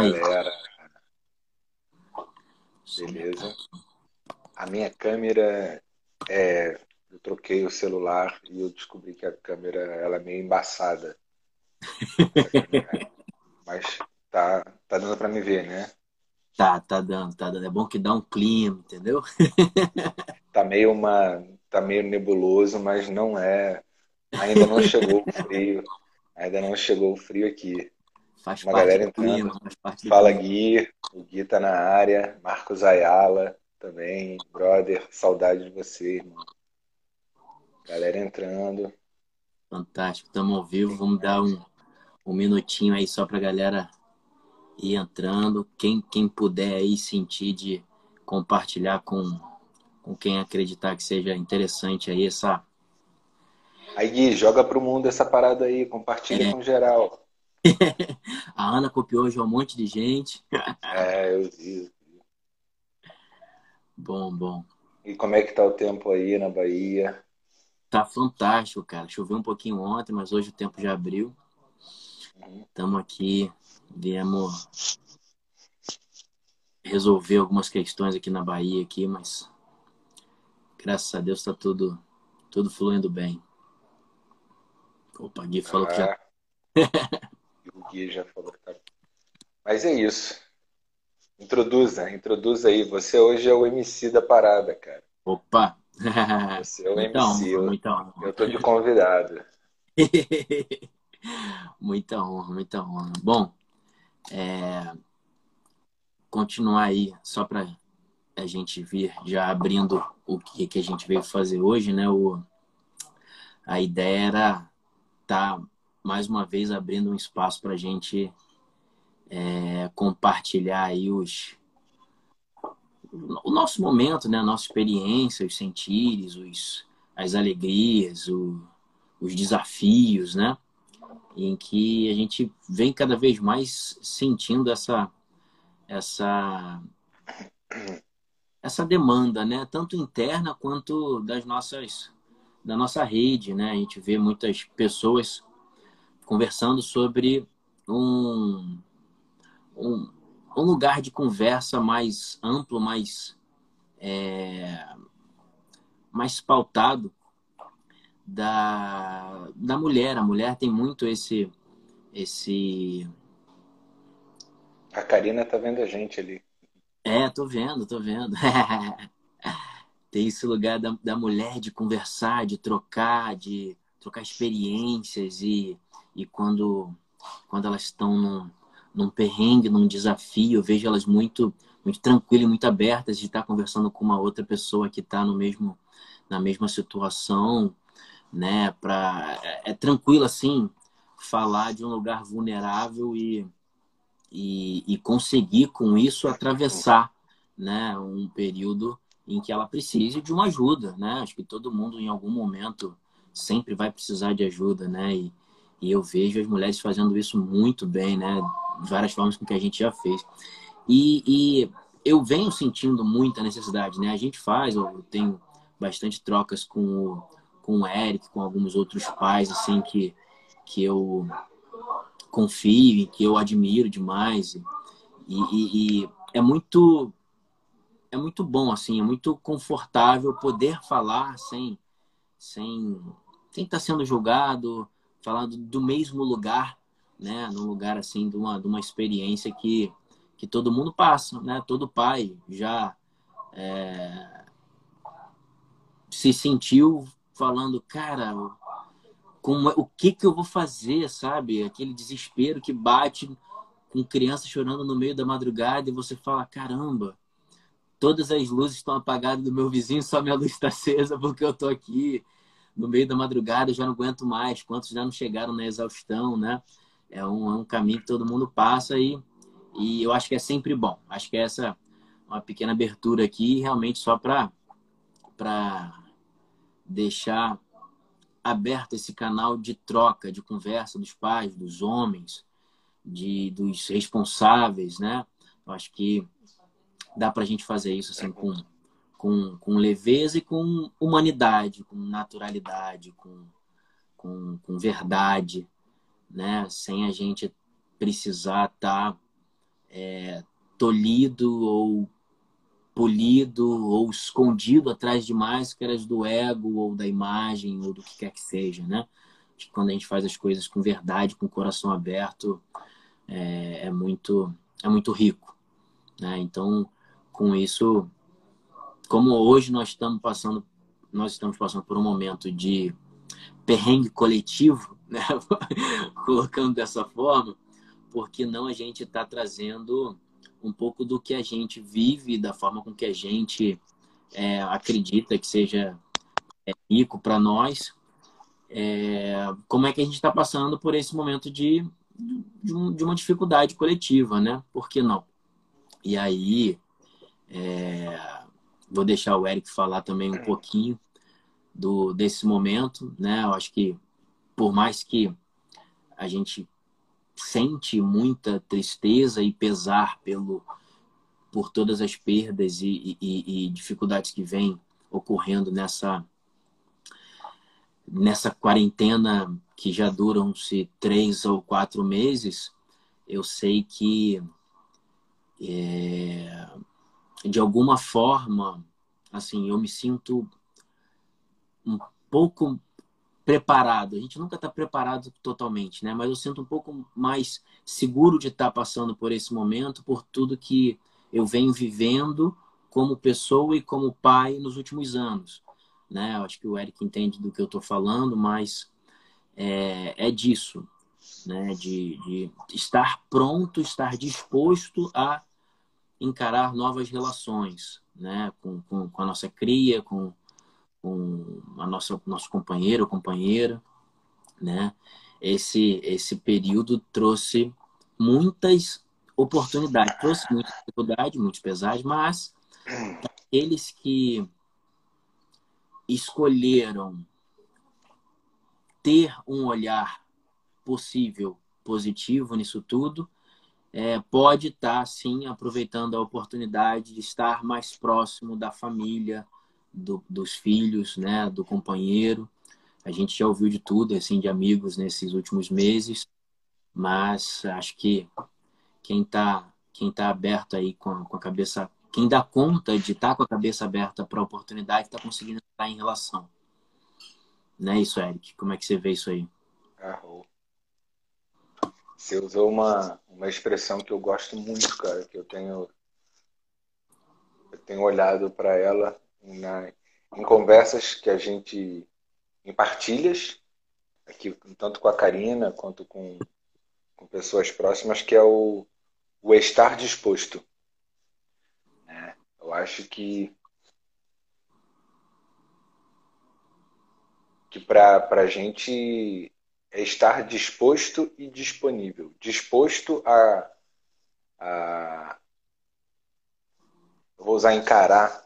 aí. galera, Deixa eu aumentar beleza? aqui. A minha câmera eu troquei o celular e eu descobri que a câmera ela é meio embaçada, essa câmera, mas tá dando pra me ver, né? Tá dando, tá dando. É bom que dá um clima, entendeu? Tá meio tá meio nebuloso, mas não é, ainda não chegou o frio, ainda não chegou o frio aqui. Faz Uma parte galera do entrando. clima, faz parte do Fala clima. Gui, o Gui tá na área, Marcos Ayala também, brother, saudade de você, irmão. Galera entrando. Fantástico. Estamos ao vivo. Quem Vamos dar mais? um minutinho aí só pra galera ir entrando. Quem puder aí sentir de compartilhar com quem acreditar que seja interessante aí essa. Aí, Gui, joga pro mundo essa parada aí, compartilha É, com geral. a Ana copiou hoje um monte de gente. É, eu vi. Bom, bom. E como é que tá o tempo aí na Bahia? Tá fantástico, cara. Choveu um pouquinho ontem, mas hoje o tempo já abriu. Uhum. Estamos aqui, viemos resolver algumas questões aqui na Bahia aqui, mas graças a Deus está tudo fluindo bem. Opa, Gui falou que já. Ah, o Gui já falou que tá. Mas é isso. Introduza, introduz aí. Você hoje é o MC da parada, cara. Opa! Você é o Muita MC. honra, Eu, muita eu honra. tô de convidado. Muita honra, muita honra. Bom, continuar aí, só para a gente vir já abrindo o que a gente veio fazer hoje, né? A ideia era estar mais uma vez abrindo um espaço para a gente compartilhar aí o nosso momento, né? A nossa experiência, os sentires, as alegrias, os desafios, né? Em que a gente vem cada vez mais sentindo essa, essa demanda, né? Tanto interna quanto da nossa rede, né? A gente vê muitas pessoas conversando sobre um, um, um lugar de conversa mais amplo, mais pautado da mulher. A mulher tem muito esse. A Karina tá vendo a gente ali. Tô vendo, tô vendo. Tem esse lugar da mulher de conversar, de trocar experiências e quando elas estão num perrengue, num desafio, eu vejo elas muito tranquilas e muito abertas de estar conversando com uma outra pessoa que está na mesma situação, né? É tranquilo assim falar de um lugar vulnerável e conseguir com isso atravessar, né, um período em que ela precise de uma ajuda, né? Acho que todo mundo em algum momento sempre vai precisar de ajuda, né? E eu vejo as mulheres fazendo isso muito bem, né? De várias formas com que a gente já fez. E eu venho sentindo muita necessidade, né? A gente faz, eu tenho bastante trocas com o Eric, com alguns outros pais, assim, que eu confio e que eu admiro demais. E é muito bom, assim, é muito confortável poder falar sem, sem estar sendo julgado, falar do mesmo lugar, né? Num lugar, assim, de uma experiência que todo mundo passa, né? Todo pai já se sentiu falando, cara, o que que eu vou fazer, sabe? Aquele desespero que bate com criança chorando no meio da madrugada e você fala, caramba, todas as luzes estão apagadas do meu vizinho, só minha luz está acesa porque eu tô aqui no meio da madrugada, eu já não aguento mais. Quantos já não chegaram na exaustão, né? É um caminho que todo mundo passa e eu acho que é sempre bom. Acho que essa é uma pequena abertura aqui, realmente só para deixar aberto esse canal de troca, de conversa dos pais, dos homens, dos responsáveis, né? Eu acho que dá para a gente fazer isso assim com leveza e com humanidade, com naturalidade, com verdade, né? Sem a gente precisar estar tolhido ou polido ou escondido atrás de máscaras do ego ou da imagem ou do que quer que seja, né? Acho que quando a gente faz as coisas com verdade, com o coração aberto, é muito rico, né? Então, com isso, como hoje nós estamos passando por um momento de perrengue coletivo, né? Colocando dessa forma, porque não a gente está trazendo um pouco do que a gente vive, da forma com que a gente acredita que seja rico para nós, como é que a gente está passando por esse momento de uma dificuldade coletiva, né? Por que não? E aí, vou deixar o Eric falar também um pouquinho desse momento, né? Eu acho que por mais que a gente sente muita tristeza e pesar por todas as perdas e dificuldades que vêm ocorrendo nessa quarentena que já duram-se 3 ou 4 meses, eu sei que de alguma forma, assim, eu me sinto um pouco preparado. A gente nunca está preparado totalmente, né? Mas eu sinto um pouco mais seguro de estar passando por esse momento, por tudo que eu venho vivendo como pessoa e como pai nos últimos anos, né? Eu acho que o Eric entende do que eu estou falando, mas é disso, né? De estar pronto, estar disposto a encarar novas relações, né? Com a nossa cria, com nosso companheiro ou companheira, né? Esse período trouxe muitas oportunidades, trouxe muita dificuldade, muitos pesares, mas eles que escolheram ter um olhar possível positivo nisso tudo, pode estar, sim, aproveitando a oportunidade de estar mais próximo da família, dos filhos, né, do companheiro. A gente já ouviu de tudo, assim, de amigos nesses últimos meses, mas acho que quem tá aberto aí com a cabeça, quem dá conta de estar com a cabeça aberta para a oportunidade, está conseguindo estar em relação. Não é isso, Eric? Como é que você vê isso aí? Arrou. Você usou uma expressão que eu gosto muito, cara, que eu tenho olhado para ela em conversas que a gente, em partilhas, aqui, tanto com a Karina quanto com pessoas próximas, que é o estar disposto, né? Eu acho que para a gente é estar disposto e disponível. Disposto a eu vou usar encarar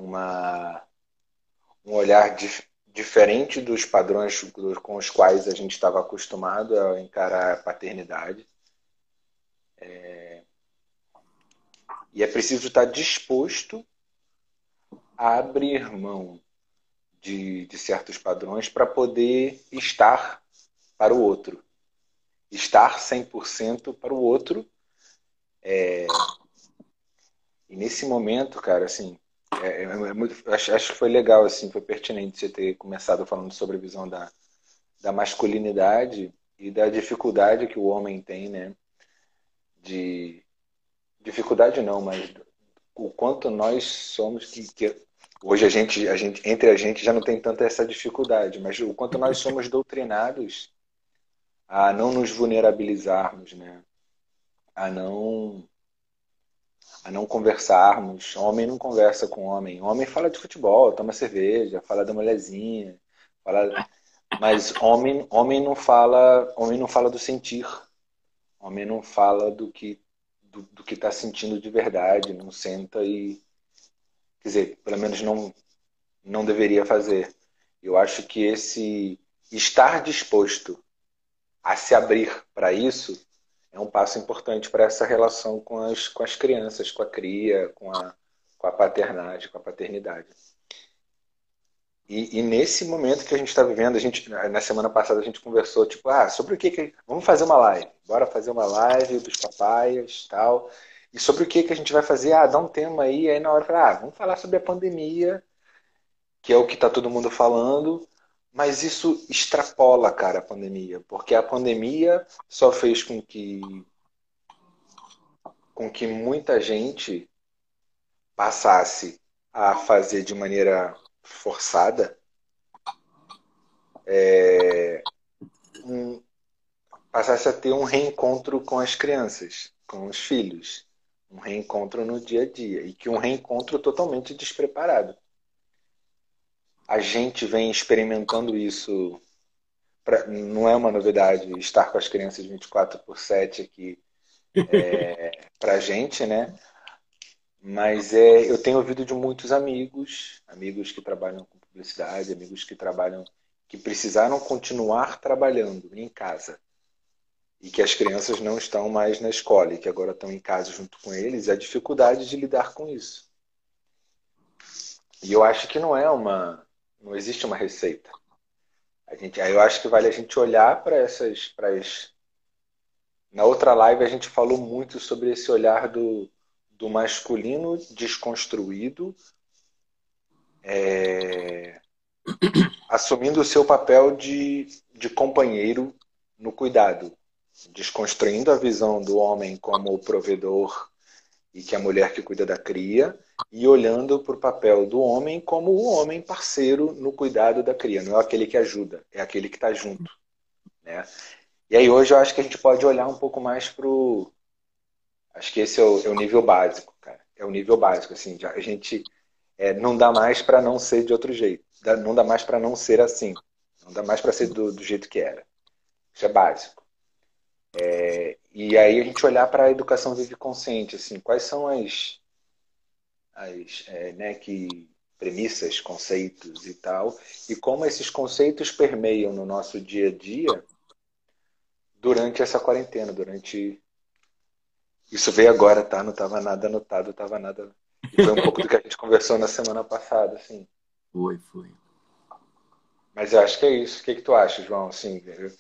um olhar diferente dos padrões com os quais a gente estava acostumado a encarar a paternidade. E é preciso estar disposto a abrir mão de certos padrões para poder estar para o outro. Estar 100% para o outro. E nesse momento, cara, assim, acho que foi legal, assim, foi pertinente você ter começado falando sobre a visão da masculinidade e da dificuldade que o homem tem, né? De dificuldade não, mas o quanto nós somos que hoje entre a gente já não tem tanta essa dificuldade, mas o quanto nós somos doutrinados a não nos vulnerabilizarmos, né? A não conversarmos. Homem não conversa com homem. Homem fala de futebol, toma cerveja, fala da mulherzinha, fala... mas homem não fala do sentir. Homem não fala do que está sentindo de verdade, não senta e, quer dizer, pelo menos não deveria fazer. Eu acho que esse estar disposto a se abrir para isso é um passo importante para essa relação com as crianças, com a cria, com a paternagem, com a paternidade. E nesse momento que a gente está vivendo, na semana passada a gente conversou, tipo, sobre o que vamos fazer uma live, bora fazer uma live dos papaias, tal. E sobre o que que a gente vai fazer? Ah, dá um tema aí na hora fala, vamos falar sobre a pandemia, que é o que está todo mundo falando, mas isso extrapola, cara, a pandemia, porque a pandemia só fez com que muita gente passasse a fazer de maneira forçada, um, passasse a ter um reencontro com as crianças, com os filhos, um reencontro no dia a dia, e que um reencontro totalmente despreparado. A gente vem experimentando isso, não é uma novidade estar com as crianças 24/7 aqui para a gente, né? Mas eu tenho ouvido de muitos amigos, amigos que trabalham com publicidade, amigos que trabalham, que precisaram continuar trabalhando em casa e que as crianças não estão mais na escola e que agora estão em casa junto com eles, e a dificuldade de lidar com isso. E eu acho que não existe uma receita. Aí eu acho que vale a gente olhar para na outra live a gente falou muito sobre esse olhar do masculino desconstruído, assumindo o seu papel de companheiro no cuidado, desconstruindo a visão do homem como o provedor e que é a mulher que cuida da cria, e olhando para o papel do homem como o homem parceiro no cuidado da cria. Não é aquele que ajuda, é aquele que está junto, né? E aí hoje eu acho que a gente pode olhar um pouco mais para o... Acho que esse é o nível básico, cara. É o nível básico, assim. A gente não dá mais para não ser de outro jeito. Não dá mais para não ser assim. Não dá mais para ser do jeito que era. Isso é básico. E aí a gente olhar para a educação vive consciente, assim, quais são né, premissas, conceitos e tal, e como esses conceitos permeiam no nosso dia a dia durante essa quarentena, durante... Isso veio agora, tá? Não estava nada anotado, estava nada... E foi um pouco do que a gente conversou na semana passada, assim. Foi. Mas eu acho que é isso. O que tu acha, João? Assim,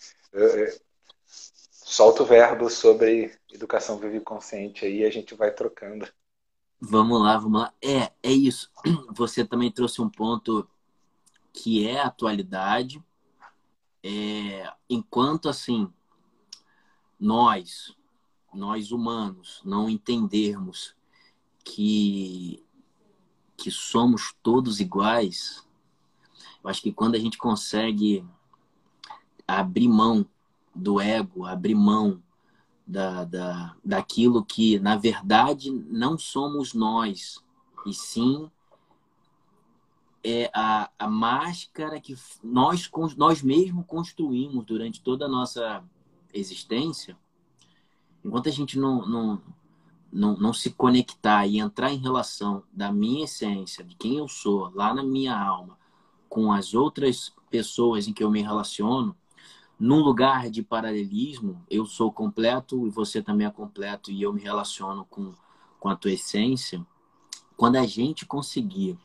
solta o verbo sobre educação vive consciente aí e a gente vai trocando. Vamos lá, vamos lá. É isso. Você também trouxe um ponto que é a atualidade. Enquanto, assim, nós humanos, não entendermos que, que somos todos iguais, eu acho que quando a gente consegue abrir mão do ego, abrir mão daquilo que, na verdade, não somos nós, e sim a máscara que nós mesmos construímos durante toda a nossa existência, enquanto a gente não se conectar e entrar em relação da minha essência, de quem eu sou, lá na minha alma, com as outras pessoas em que eu me relaciono, num lugar de paralelismo, eu sou completo e você também é completo e eu me relaciono com a tua essência. Quando a gente conseguir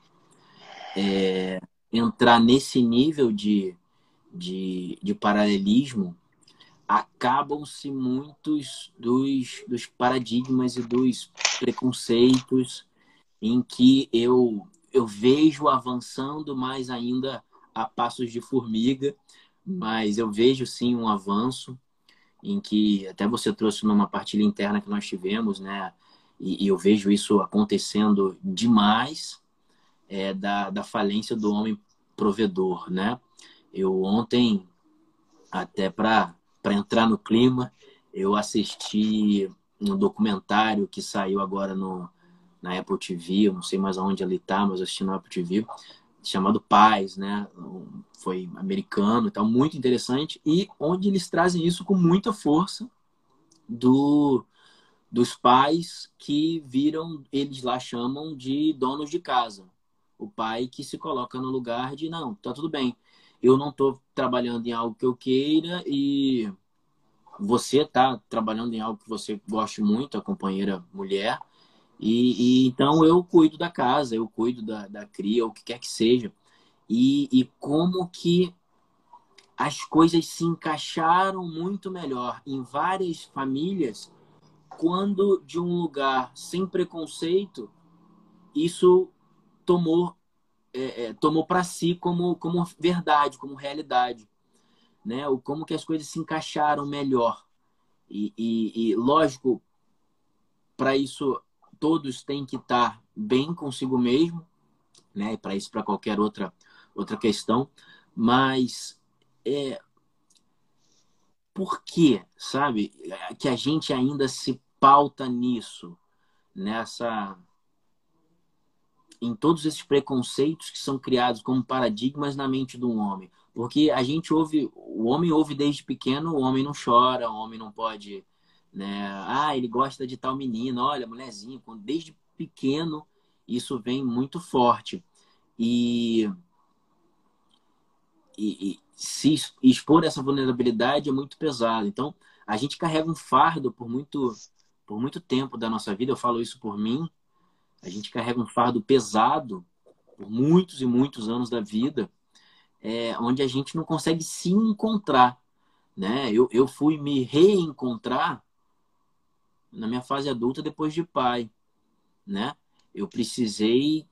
entrar nesse nível de paralelismo, acabam-se muitos dos paradigmas e dos preconceitos em que eu vejo avançando mais ainda a passos de formiga, mas eu vejo sim um avanço em que até você trouxe numa partilha interna que nós tivemos, né? E eu vejo isso acontecendo demais, da falência do homem provedor, né? Eu ontem, até para entrar no clima, eu assisti um documentário que saiu agora na Apple TV, eu não sei mais aonde ele está, mas eu assisti no Apple TV, chamado Pais, né? Foi americano e tal, muito interessante, e onde eles trazem isso com muita força dos pais que viram, eles lá chamam de donos de casa. O pai que se coloca no lugar de, não, tá tudo bem, eu não estou trabalhando em algo que eu queira e você está trabalhando em algo que você goste muito, a companheira mulher, e então eu cuido da casa, eu cuido da cria, o que quer que seja. E como que as coisas se encaixaram muito melhor em várias famílias quando de um lugar sem preconceito, isso tomou para si como verdade, como realidade, né? O como que as coisas se encaixaram melhor. E lógico, para isso todos têm que estar bem consigo mesmo, né? Para isso, para qualquer outra questão, mas por que, sabe, que a gente ainda se pauta nisso, nessa, em todos esses preconceitos que são criados como paradigmas na mente do homem? Porque a gente ouve, o homem ouve desde pequeno, o homem não chora, o homem não pode, né? Ah, ele gosta de tal menino, olha, mulherzinha, desde pequeno isso vem muito forte. E se expor essa vulnerabilidade é muito pesado. Então, a gente carrega um fardo por muito tempo da nossa vida. Eu falo isso por mim. A gente carrega um fardo pesado por muitos e muitos anos da vida, onde a gente não consegue se encontrar, né? Eu fui me reencontrar na minha fase adulta depois de pai, né? Eu precisei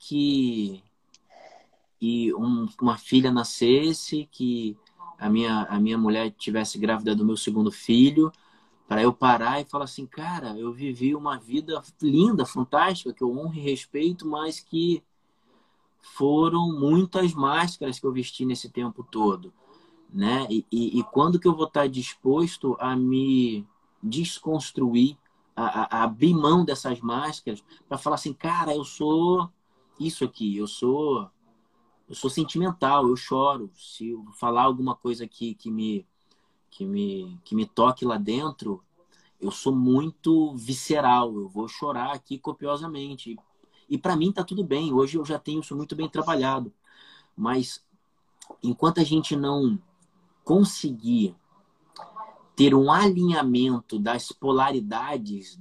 que uma filha nascesse, que a minha mulher tivesse grávida do meu segundo filho, para eu parar e falar assim, cara, eu vivi uma vida linda, fantástica, que eu honro e respeito, mas que foram muitas máscaras que eu vesti nesse tempo todo, né? E quando que eu vou estar disposto a me desconstruir, a abrir mão dessas máscaras, para falar assim, cara, eu sou isso aqui, eu sou sentimental, eu choro. Se eu falar alguma coisa aqui que me toque lá dentro, eu sou muito visceral, eu vou chorar aqui copiosamente. E para mim tá tudo bem, hoje eu já tenho isso muito bem trabalhado. Mas enquanto a gente não conseguir ter um alinhamento das polaridades,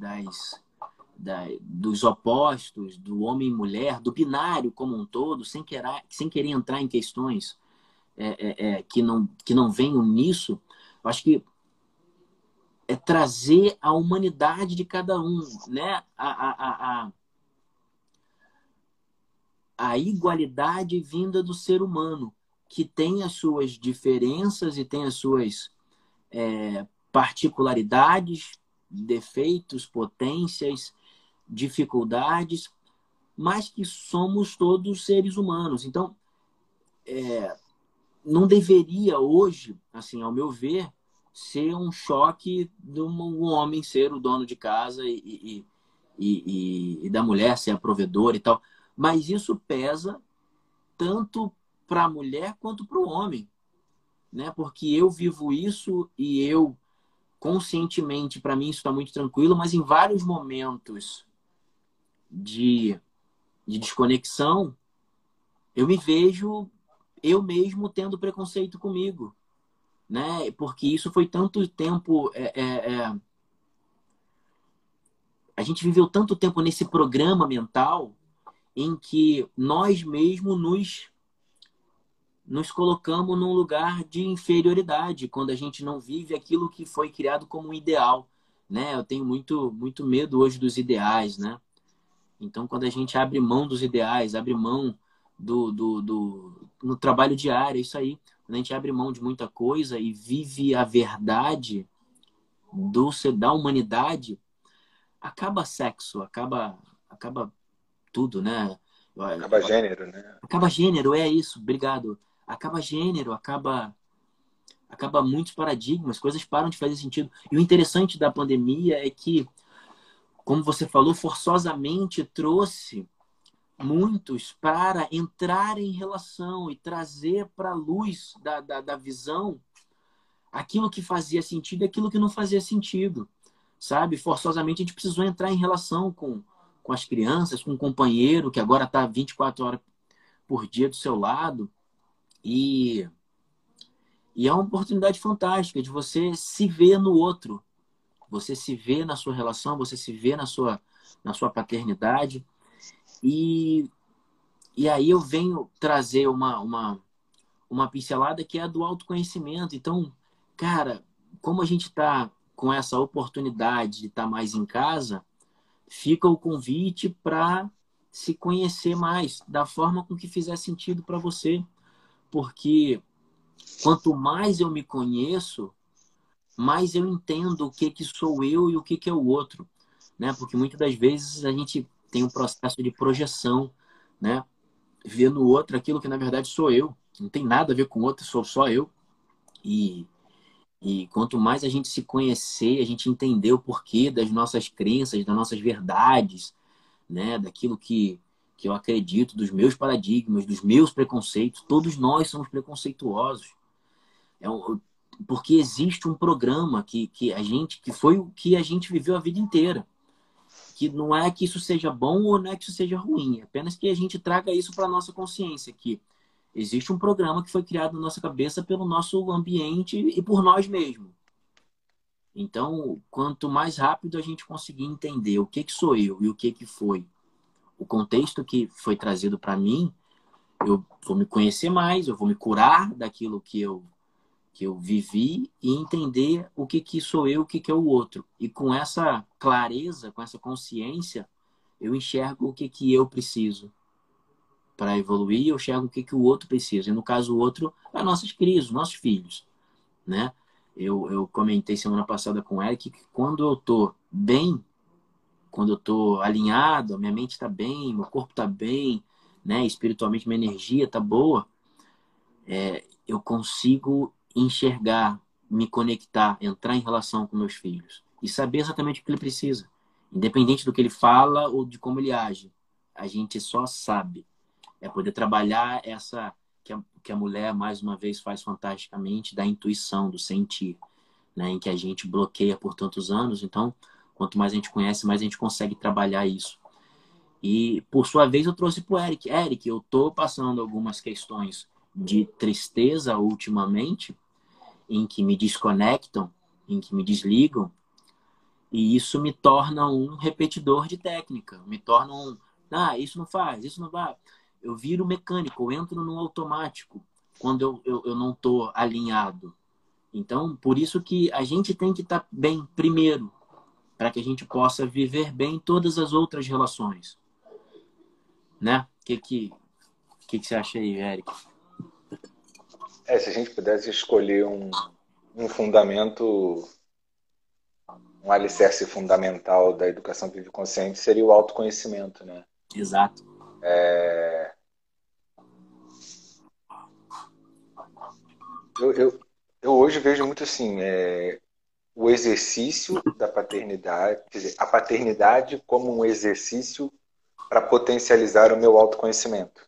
dos opostos, do homem e mulher, do binário como um todo, sem querer entrar em questões que não venham nisso, eu acho que é trazer a humanidade de cada um, né? A igualdade vinda do ser humano, que tem as suas diferenças e tem as suas particularidades, defeitos, potências, dificuldades, mas que somos todos seres humanos. Então, não deveria hoje, assim, ao meu ver, ser um choque de um homem ser o dono de casa e da mulher ser a provedora e tal. Mas isso pesa tanto para a mulher quanto para o homem, né? Porque eu vivo isso e eu conscientemente, para mim isso está muito tranquilo, mas em vários momentos de desconexão, eu me vejo eu mesmo tendo preconceito comigo, né? Porque isso foi tanto tempo, a gente viveu tanto tempo nesse programa mental em que nós mesmos nos colocamos num lugar de inferioridade quando a gente não vive aquilo que foi criado como um ideal, né? Eu tenho muito medo hoje dos ideais, né? Então, quando a gente abre mão dos ideais, abre mão no trabalho diário, é isso aí. Quando a gente abre mão de muita coisa e vive a verdade da humanidade, acaba sexo, acaba tudo, né? Acaba gênero, né? Acaba gênero, é isso, obrigado. Acaba gênero, acaba muitos paradigmas, coisas param de fazer sentido. E o interessante da pandemia é que, como você falou, forçosamente trouxe muitos para entrar em relação e trazer para a luz da visão aquilo que fazia sentido e aquilo que não fazia sentido, sabe? Forçosamente a gente precisou entrar em relação com as crianças, com o companheiro que agora está 24 horas por dia do seu lado e é uma oportunidade fantástica de você se ver no outro, você se vê na sua relação, você se vê na sua paternidade e aí eu venho trazer uma pincelada que é a do autoconhecimento. Então, cara, como a gente está com essa oportunidade de estar mais em casa, fica o convite para se conhecer mais, da forma com que fizer sentido para você. Porque quanto mais eu me conheço, mais eu entendo o que sou eu e o que é o outro, né? Porque muitas das vezes a gente tem um processo de projeção, né? Ver no outro aquilo que na verdade sou eu. Não tem nada a ver com o outro, sou só eu. E, e quanto mais a gente se conhecer, a gente entender o porquê das nossas crenças, das nossas verdades, né? Daquilo que eu acredito, dos meus paradigmas, dos meus preconceitos. Todos nós somos preconceituosos. Porque existe um programa que foi o que a gente viveu a vida inteira. Que não é que isso seja bom ou não é que isso seja ruim. É apenas que a gente traga isso para a nossa consciência. Que existe um programa que foi criado na nossa cabeça pelo nosso ambiente e por nós mesmos. Então, quanto mais rápido a gente conseguir entender o que sou eu e o que foi o contexto que foi trazido para mim, eu vou me conhecer mais, eu vou me curar daquilo que eu vivi e entender o que sou eu, o que é o outro. E com essa clareza, com essa consciência, eu enxergo o que eu preciso para evoluir, eu enxergo o que o outro precisa. E no caso, o outro é nossas crias, nossos filhos, né? Eu comentei semana passada com o Eric que quando eu tô bem, quando eu tô alinhado, a minha mente está bem, meu corpo está bem, né? Espiritualmente, minha energia está boa, eu consigo enxergar, me conectar, entrar em relação com meus filhos e saber exatamente o que ele precisa, independente do que ele fala ou de como ele age. A gente só sabe. É poder trabalhar essa que a mulher mais uma vez faz fantasticamente da intuição, do sentir, né, em que a gente bloqueia por tantos anos. Então, quanto mais a gente conhece, mais a gente consegue trabalhar isso. E, por sua vez, eu trouxe para o Eric. Eric, eu estou passando algumas questões de tristeza ultimamente, em que me desconectam, em que me desligam, e isso me torna um repetidor de técnica, me torna isso não faz, isso não vai. Eu viro mecânico, eu entro no automático quando eu não estou alinhado. Então, por isso que a gente tem que estar bem primeiro, para que a gente possa viver bem todas as outras relações. Né? O que você acha aí, Eric? Se a gente pudesse escolher um fundamento, um alicerce fundamental da educação vive consciente, seria o autoconhecimento, né? Exato. Eu hoje vejo muito assim, o exercício da paternidade, quer dizer, a paternidade como um exercício para potencializar o meu autoconhecimento.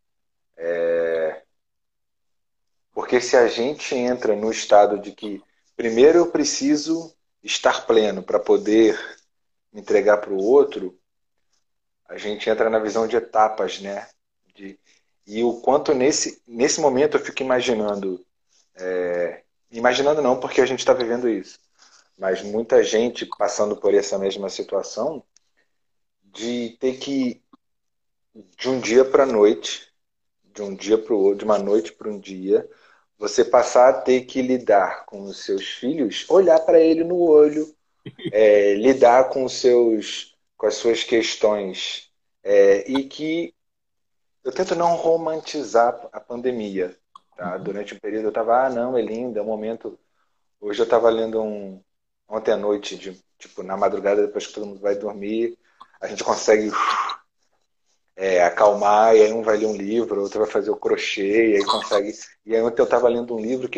Porque se a gente entra no estado de que primeiro eu preciso estar pleno para poder me entregar para o outro, a gente entra na visão de etapas, né? E o quanto nesse momento eu fico imaginando, imaginando não, porque a gente está vivendo isso, mas muita gente passando por essa mesma situação de ter que, de um dia para a noite, de um dia para o outro, de uma noite para um dia, você passar a ter que lidar com os seus filhos, olhar para ele no olho, lidar com as suas questões, e que eu tento não romantizar a pandemia. Tá? Durante um período eu estava, não, é lindo, é um momento. Hoje eu estava lendo ontem à noite, tipo, na madrugada, depois que todo mundo vai dormir, a gente consegue acalmar, e aí um vai ler um livro, outro vai fazer o crochê, e aí consegue. E aí ontem eu estava lendo um livro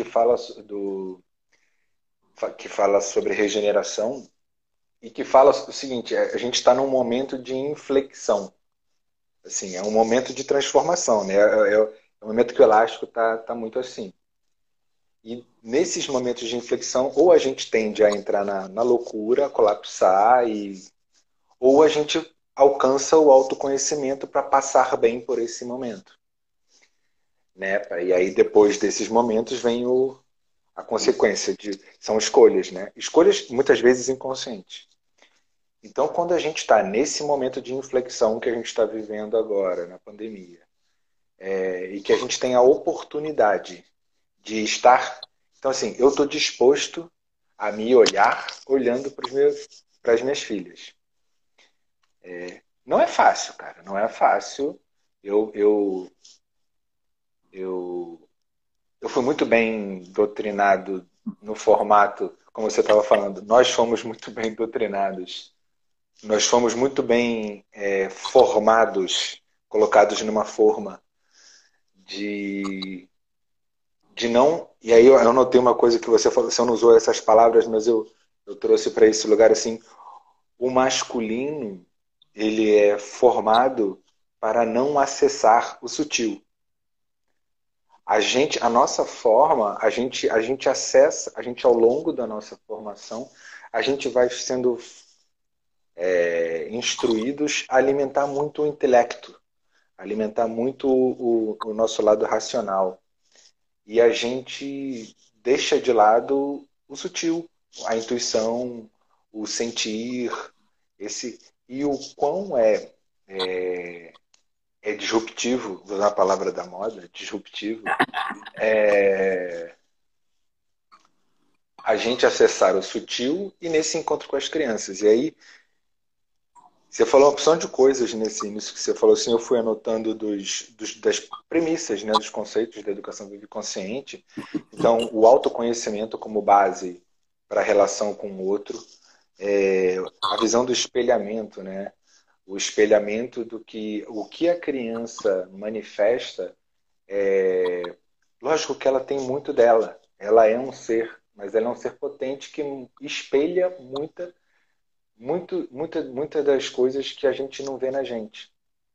que fala sobre regeneração e que fala o seguinte: a gente está num momento de inflexão, assim, é um momento de transformação, né? É um momento que o elástico tá muito assim. E nesses momentos de inflexão, ou a gente tende a entrar na loucura, a colapsar, ou a gente alcança o autoconhecimento para passar bem por esse momento, né? E aí depois desses momentos vem a consequência são escolhas, né? Escolhas muitas vezes inconscientes. Então, quando a gente está nesse momento de inflexão que a gente está vivendo agora na pandemia, e que a gente tem a oportunidade de estar, então assim, eu estou disposto a me olhar olhando para as minhas filhas. Não é fácil, cara, não é fácil. Eu, eu, eu, eu fui muito bem doutrinado no formato, como você estava falando, nós fomos muito bem doutrinados, nós fomos muito bem formados, colocados numa forma de, de não. E aí eu notei uma coisa que você falou, você não usou essas palavras, mas eu trouxe para esse lugar assim: o masculino ele é formado para não acessar o sutil. A nossa forma, a gente acessa, a gente ao longo da nossa formação, a gente vai sendo instruídos a alimentar muito o intelecto, alimentar muito o nosso lado racional. E a gente deixa de lado o sutil, a intuição, o sentir, esse e o quão é disruptivo, vou usar a palavra da moda, disruptivo, a gente acessar o sutil e nesse encontro com as crianças. E aí, você falou uma opção de coisas nesse início que você falou assim, eu fui anotando das premissas, né, dos conceitos da educação viva consciente. Então, o autoconhecimento como base para a relação com o outro, a visão do espelhamento, né? O espelhamento do que o que a criança manifesta, lógico que ela tem muito dela. Ela é um ser, mas ela é um ser potente que espelha muita das coisas que a gente não vê na gente.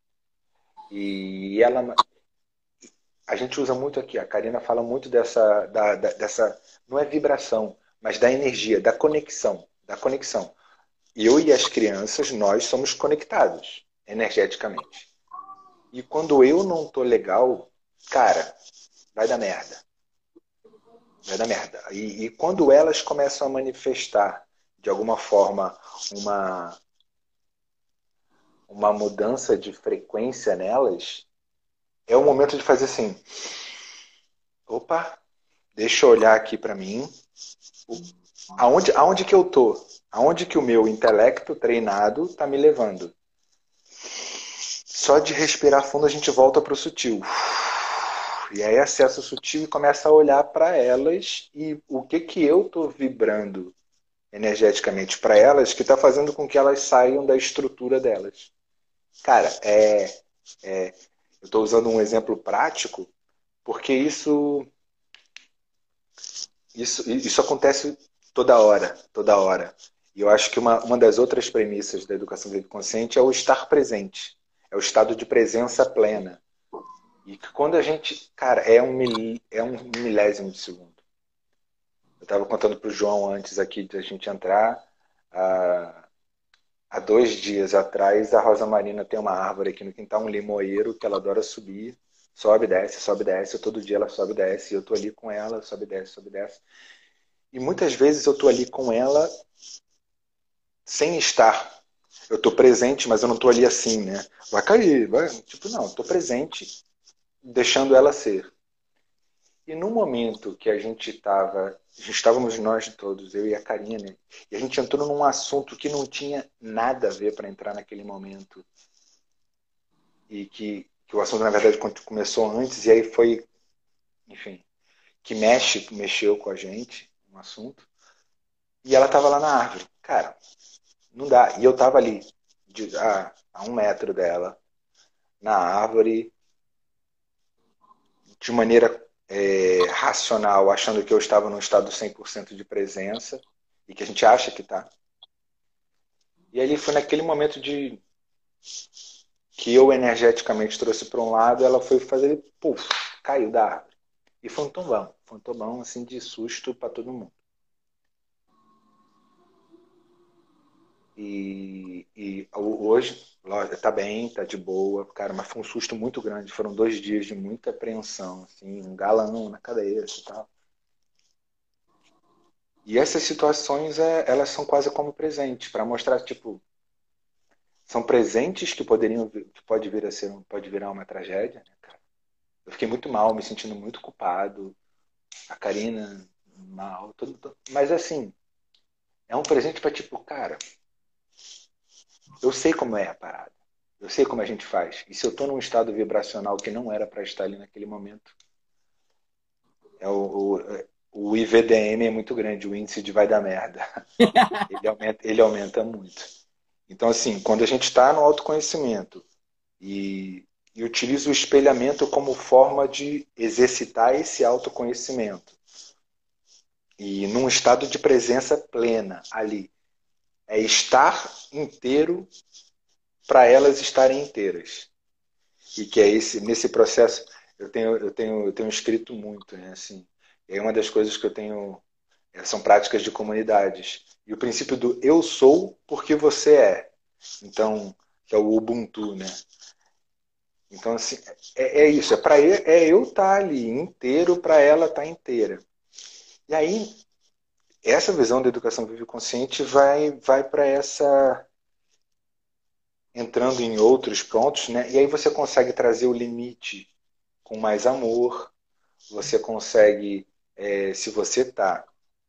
E a gente usa muito aqui, a Karina fala muito dessa, não é vibração, mas da energia, da conexão, da conexão. Eu e as crianças, nós somos conectados energeticamente. E quando eu não tô legal, cara, vai dar merda. Vai dar merda. E quando elas começam a manifestar, de alguma forma, uma mudança de frequência nelas, é o momento de fazer assim: opa, deixa eu olhar aqui para mim. Aonde que eu tô? Aonde que o meu intelecto treinado está me levando? Só de respirar fundo a gente volta para o sutil. E aí acessa o sutil e começa a olhar para elas e o que eu estou vibrando energeticamente para elas que está fazendo com que elas saiam da estrutura delas. Cara, eu estou usando um exemplo prático porque isso acontece toda hora, toda hora. E eu acho que uma das outras premissas da educação viva consciente é o estar presente, é o estado de presença plena. E que quando a gente, cara, é um milésimo de segundo. Eu estava contando para o João antes aqui de a gente entrar, há 2 dias atrás, a Rosa Marina tem uma árvore aqui no quintal, um limoeiro, que ela adora subir, sobe, desce, todo dia ela sobe e desce, e eu tô ali com ela, sobe e desce, sobe e desce. E muitas vezes eu tô ali com ela sem estar. Eu tô presente, mas eu não tô ali assim, né? Vai cair, vai. Tipo, não, eu tô presente, deixando ela ser. E no momento que estávamos nós todos, eu e a Karina, e a gente entrou num assunto que não tinha nada a ver para entrar naquele momento. E que o assunto, na verdade, começou antes, e aí foi, enfim, que mexeu com a gente, um assunto. E ela estava lá na árvore. Cara, não dá. E eu estava ali, a 1 metro dela, na árvore, de maneira racional, achando que eu estava num estado 100% de presença, e que a gente acha que está. E ali foi naquele momento que eu energeticamente trouxe para um lado, ela foi fazer, puf, caiu da árvore. E foi um tombão assim de susto para todo mundo. E hoje, tá bem, tá de boa, cara, mas foi um susto muito grande. Foram 2 dias de muita apreensão, assim, um galão na cabeça e tal. E essas situações, elas são quase como presentes, para mostrar, tipo, são presentes que que pode vir a ser, pode virar uma tragédia, né, cara? Eu fiquei muito mal, me sentindo muito culpado, a Karina mal, mas assim, É um presente para tipo, cara, eu sei como é a parada. Eu sei como a gente faz. E se eu estou num estado vibracional que não era para estar ali naquele momento, é o IVDM é muito grande, o índice de vai dar merda. Ele aumenta muito. Então, assim, quando a gente está no autoconhecimento e utiliza o espelhamento como forma de exercitar esse autoconhecimento, e num estado de presença plena ali, é estar inteiro para elas estarem inteiras. E que é nesse processo, eu tenho escrito muito, né? Assim, é uma das coisas que eu tenho, são práticas de comunidades. E o princípio do eu sou porque você é. Então, que é o Ubuntu, né? Então, assim, é isso. É eu estar ali inteiro para ela estar inteira. E aí, essa visão da educação vive consciente vai para essa entrando em outros pontos, né? E aí você consegue trazer o limite com mais amor, você consegue, se você está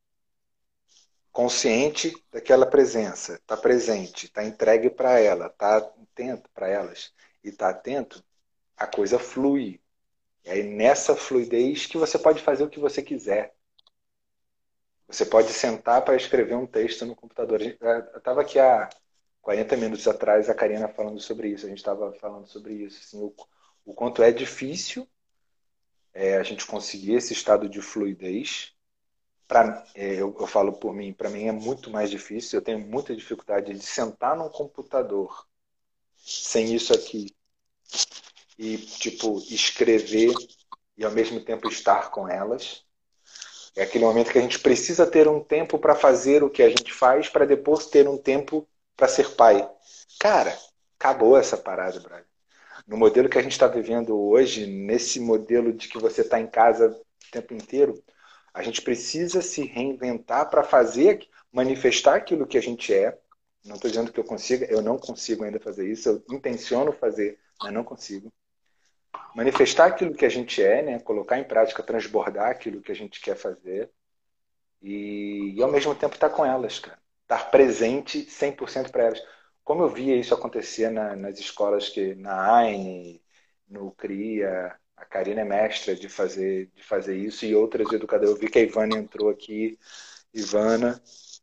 consciente daquela presença, está presente, está entregue para ela, está atento para elas e está atento, a coisa flui. E aí nessa fluidez que você pode fazer o que você quiser. Você pode sentar para escrever um texto no computador. Eu estava aqui há 40 minutos atrás, a Karina falando sobre isso. A gente estava falando sobre isso. Assim, o quanto é difícil a gente conseguir esse estado de fluidez. Eu falo por mim, para mim é muito mais difícil. Eu tenho muita dificuldade de sentar num computador sem isso aqui e, tipo, escrever e ao mesmo tempo estar com elas. É aquele momento que a gente precisa ter um tempo para fazer o que a gente faz para depois ter um tempo para ser pai. Cara, acabou essa parada, Brian. No modelo que a gente está vivendo hoje, nesse modelo de que você está em casa o tempo inteiro, a gente precisa se reinventar para fazer, manifestar aquilo que a gente é. Não estou dizendo que eu consiga, eu não consigo ainda fazer isso, eu intenciono fazer, mas não consigo. Manifestar aquilo que a gente é, né? Colocar em prática, transbordar aquilo que a gente quer fazer e ao mesmo tempo estar com elas, cara. Estar presente 100% para elas. Como eu via isso acontecer nas escolas, na AINE, no CRIA, a Karina é mestra de fazer isso e outras educadoras. Eu vi que a Ivana entrou aqui, Ivana,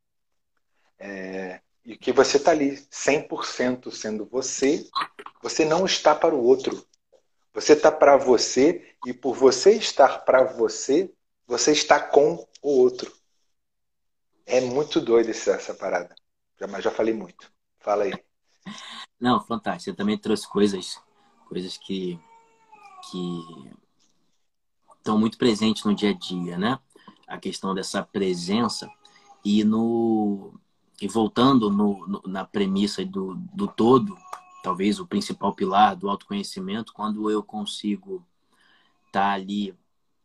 e que você está ali 100% sendo você, você não está para o outro. Você está para você e por você estar para você, você está com o outro. É muito doido essa parada. Mas já falei muito. Fala aí. Não, fantástico. Você também trouxe coisas que estão muito presentes no dia a dia, né? A questão dessa presença e e voltando na premissa do todo, talvez o principal pilar do autoconhecimento, quando eu consigo estar ali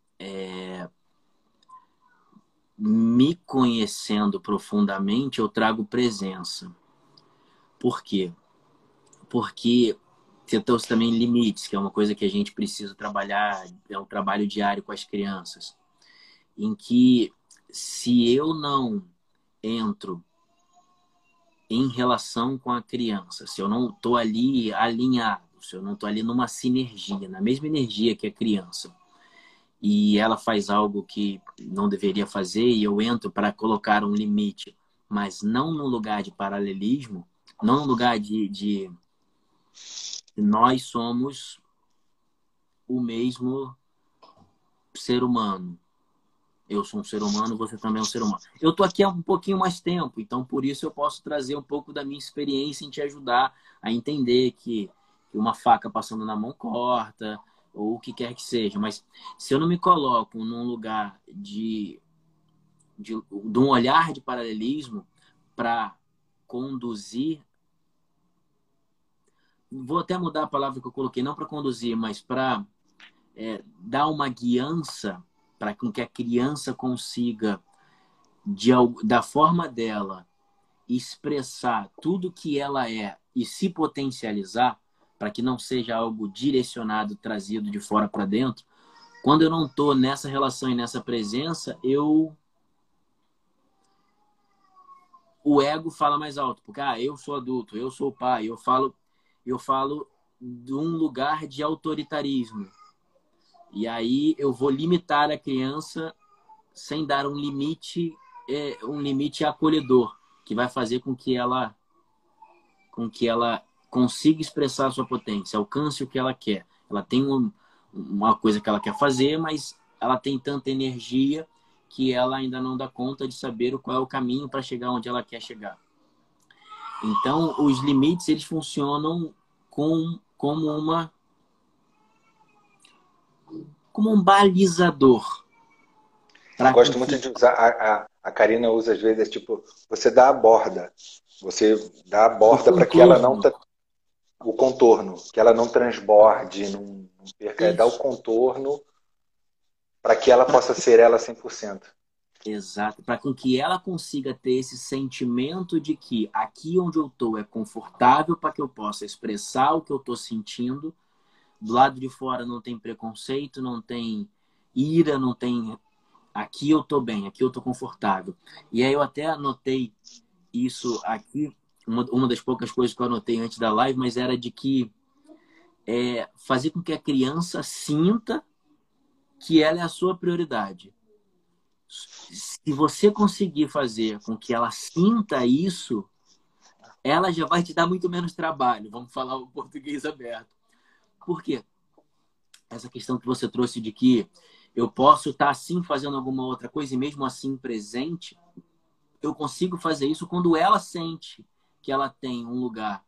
me conhecendo profundamente, eu trago presença. Por quê? Porque você trouxe também limites, que é uma coisa que a gente precisa trabalhar, é um trabalho diário com as crianças, em que se eu não entro em relação com a criança, se eu não estou ali alinhado, se eu não estou ali numa sinergia, na mesma energia que a criança, e ela faz algo que não deveria fazer e eu entro para colocar um limite, mas não no lugar de paralelismo, não no lugar de nós somos o mesmo ser humano. Eu sou um ser humano, você também é um ser humano. Eu tô aqui há um pouquinho mais tempo, então por isso eu posso trazer um pouco da minha experiência em te ajudar a entender que uma faca passando na mão corta, ou o que quer que seja. Mas se eu não me coloco num lugar de um olhar de paralelismo para conduzir, vou até mudar a palavra que eu coloquei, não para conduzir, mas para dar uma guiança para que a criança consiga, da forma dela, expressar tudo que ela é e se potencializar, para que não seja algo direcionado, trazido de fora para dentro. Quando eu não estou nessa relação e nessa presença, o ego fala mais alto, porque eu sou adulto, eu sou pai, eu falo de um lugar de autoritarismo. E aí eu vou limitar a criança sem dar um limite acolhedor, que vai fazer com que ela consiga expressar a sua potência, alcance o que ela quer. Ela tem uma coisa que ela quer fazer, mas ela tem tanta energia que ela ainda não dá conta de saber qual é o caminho para chegar onde ela quer chegar. Então, os limites, eles funcionam como um balizador. Eu gosto muito de usar, a Karina usa às vezes, tipo, você dá a borda. Você dá a borda para que ela não... O contorno, que ela não transborde, não perca, dá o contorno para que ela possa ser ela 100%. Exato, para com que ela consiga ter esse sentimento de que aqui onde eu estou é confortável para que eu possa expressar o que eu estou sentindo. Do lado de fora não tem preconceito, não tem ira, não tem... Aqui eu estou bem, aqui eu estou confortável. E aí eu até anotei isso aqui, uma das poucas coisas que eu anotei antes da live, mas era de que fazer com que a criança sinta que ela é a sua prioridade. Se você conseguir fazer com que ela sinta isso, ela já vai te dar muito menos trabalho. Vamos falar o português aberto. Por quê? Essa questão que você trouxe de que eu posso estar assim fazendo alguma outra coisa e mesmo assim presente, eu consigo fazer isso quando ela sente que ela tem um lugar